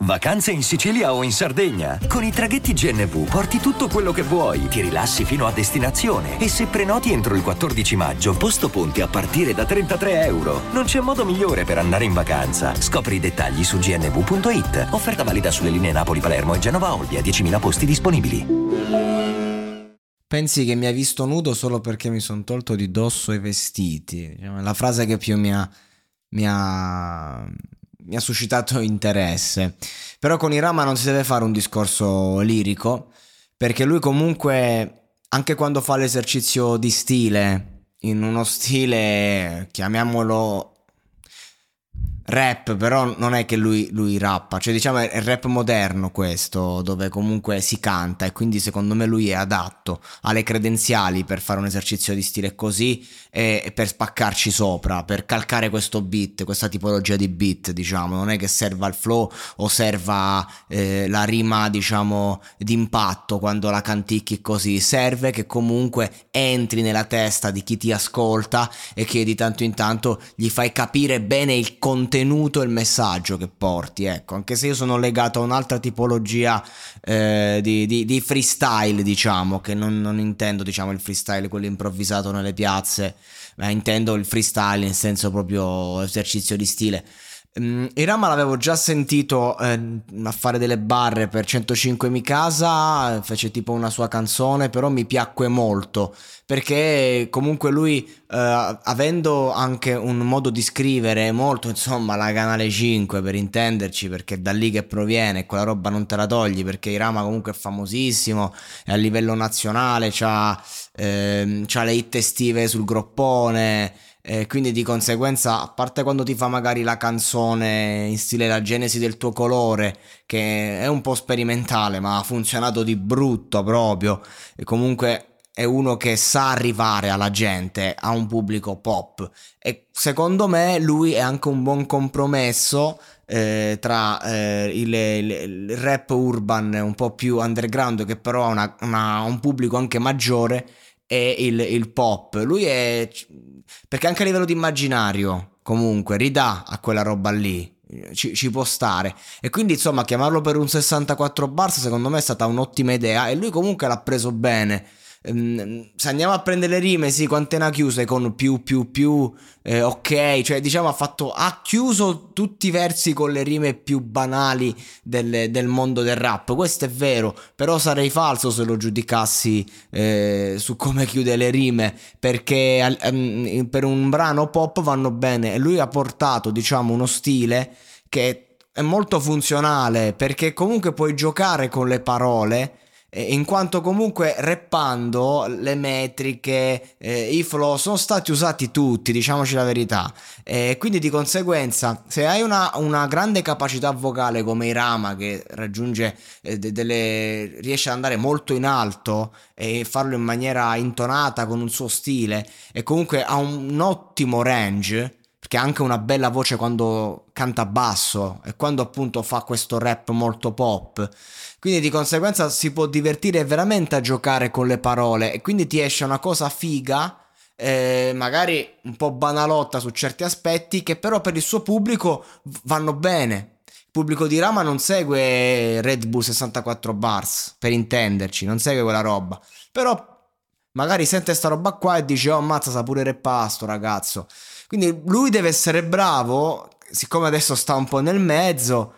Vacanze in Sicilia o in Sardegna? Con i traghetti GNV porti tutto quello che vuoi, ti rilassi fino a destinazione e se prenoti entro il 14 maggio, posto ponti a partire da €33. Non c'è modo migliore per andare in vacanza. Scopri i dettagli su gnv.it. Offerta valida sulle linee Napoli-Palermo e Genova-Olbia, 10.000 posti disponibili. Pensi che mi ha visto nudo solo perché mi sono tolto di dosso i vestiti? Diciamo, è la frase che più mi ha suscitato interesse. Però con Irama non si deve fare un discorso lirico, perché lui comunque, anche quando fa l'esercizio di stile, in uno stile, chiamiamolo rap, però non è che lui rappa, cioè diciamo è il rap moderno questo, dove comunque si canta, e quindi secondo me lui è adatto, ha le credenziali per fare un esercizio di stile così e per spaccarci sopra, per calcare questo beat, questa tipologia di beat, diciamo. Non è che serva il flow o serva la rima, diciamo, d'impatto quando la canticchi così, serve che comunque entri nella testa di chi ti ascolta e che di tanto in tanto gli fai capire bene il contenuto e il messaggio che porti, ecco. Anche se io sono legato a un'altra tipologia di freestyle, diciamo, che non intendo, diciamo, il freestyle quello improvvisato nelle piazze, ma intendo il freestyle in senso proprio esercizio di stile. Irama l'avevo già sentito a fare delle barre per 105 Mi Casa, fece tipo una sua canzone, però mi piacque molto perché comunque lui avendo anche un modo di scrivere molto, insomma, la Canale 5 per intenderci, perché è da lì che proviene, quella roba non te la togli, perché Irama comunque è famosissimo, è a livello nazionale, c'ha le hit estive sul groppone. Quindi di conseguenza, a parte quando ti fa magari la canzone in stile La genesi del tuo colore, che è un po' sperimentale ma ha funzionato di brutto proprio, e comunque è uno che sa arrivare alla gente, a un pubblico pop, e secondo me lui è anche un buon compromesso tra il rap urban un po' più underground, che però ha un pubblico anche maggiore, e il pop. Lui è, perché anche a livello di immaginario comunque ridà a quella roba lì, ci può stare, e quindi insomma chiamarlo per un 64 bars secondo me è stata un'ottima idea, e lui comunque l'ha preso bene. Se andiamo a prendere le rime, sì, quante ne ha chiuse con più, ok, cioè diciamo ha chiuso tutti i versi con le rime più banali del mondo del rap, questo è vero, però sarei falso se lo giudicassi su come chiude le rime, perché per un brano pop vanno bene, e lui ha portato, diciamo, uno stile che è molto funzionale, perché comunque puoi giocare con le parole, in quanto comunque rappando le metriche, i flow sono stati usati tutti, diciamoci la verità, quindi di conseguenza se hai una grande capacità vocale come Irama, che raggiunge riesce ad andare molto in alto e farlo in maniera intonata con un suo stile, e comunque ha un ottimo range, perché ha anche una bella voce quando canta basso e quando appunto fa questo rap molto pop, quindi di conseguenza si può divertire veramente a giocare con le parole, e quindi ti esce una cosa figa, magari un po' banalotta su certi aspetti, che però per il suo pubblico vanno bene. Il pubblico di Rama non segue Red Bull 64 bars, per intenderci, non segue quella roba, però magari sente sta roba qua e dice: oh, ammazza, sa pure rappare sto ragazzo. Quindi lui deve essere bravo, siccome adesso sta un po' nel mezzo,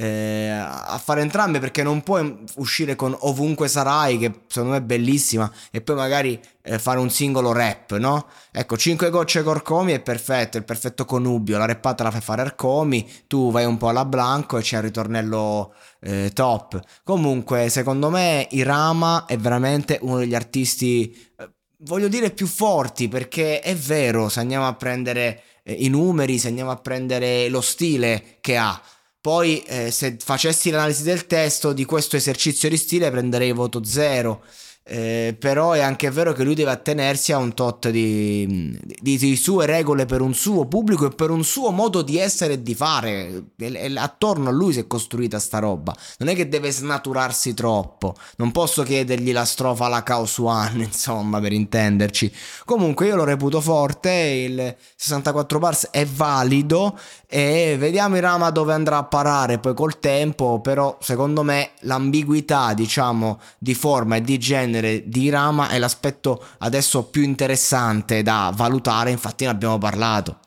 a fare entrambe, perché non puoi uscire con Ovunque Sarai, che secondo me è bellissima, e poi magari fare un singolo rap, no? Ecco, 5 gocce Corcomi è perfetto, il perfetto connubio, la rappata la fai fare Arcomi, tu vai un po' alla Blanco e c'è il ritornello top. Comunque secondo me Irama è veramente uno degli artisti, voglio dire, più forti, perché è vero, se andiamo a prendere i numeri, se andiamo a prendere lo stile che ha. Poi se facessi l'analisi del testo di questo esercizio di stile prenderei voto 0, Però è anche vero che lui deve attenersi a un tot di sue regole per un suo pubblico e per un suo modo di essere e di fare. Attorno a lui si è costruita sta roba. Non è che deve snaturarsi troppo. Non posso chiedergli la strofa alla Chaos One, insomma, per intenderci. Comunque io lo reputo forte, il 64 bars è valido e vediamo Irama dove andrà a parare poi col tempo, però secondo me l'ambiguità, diciamo, di forma e di genere di Rama è l'aspetto adesso più interessante da valutare, infatti ne abbiamo parlato.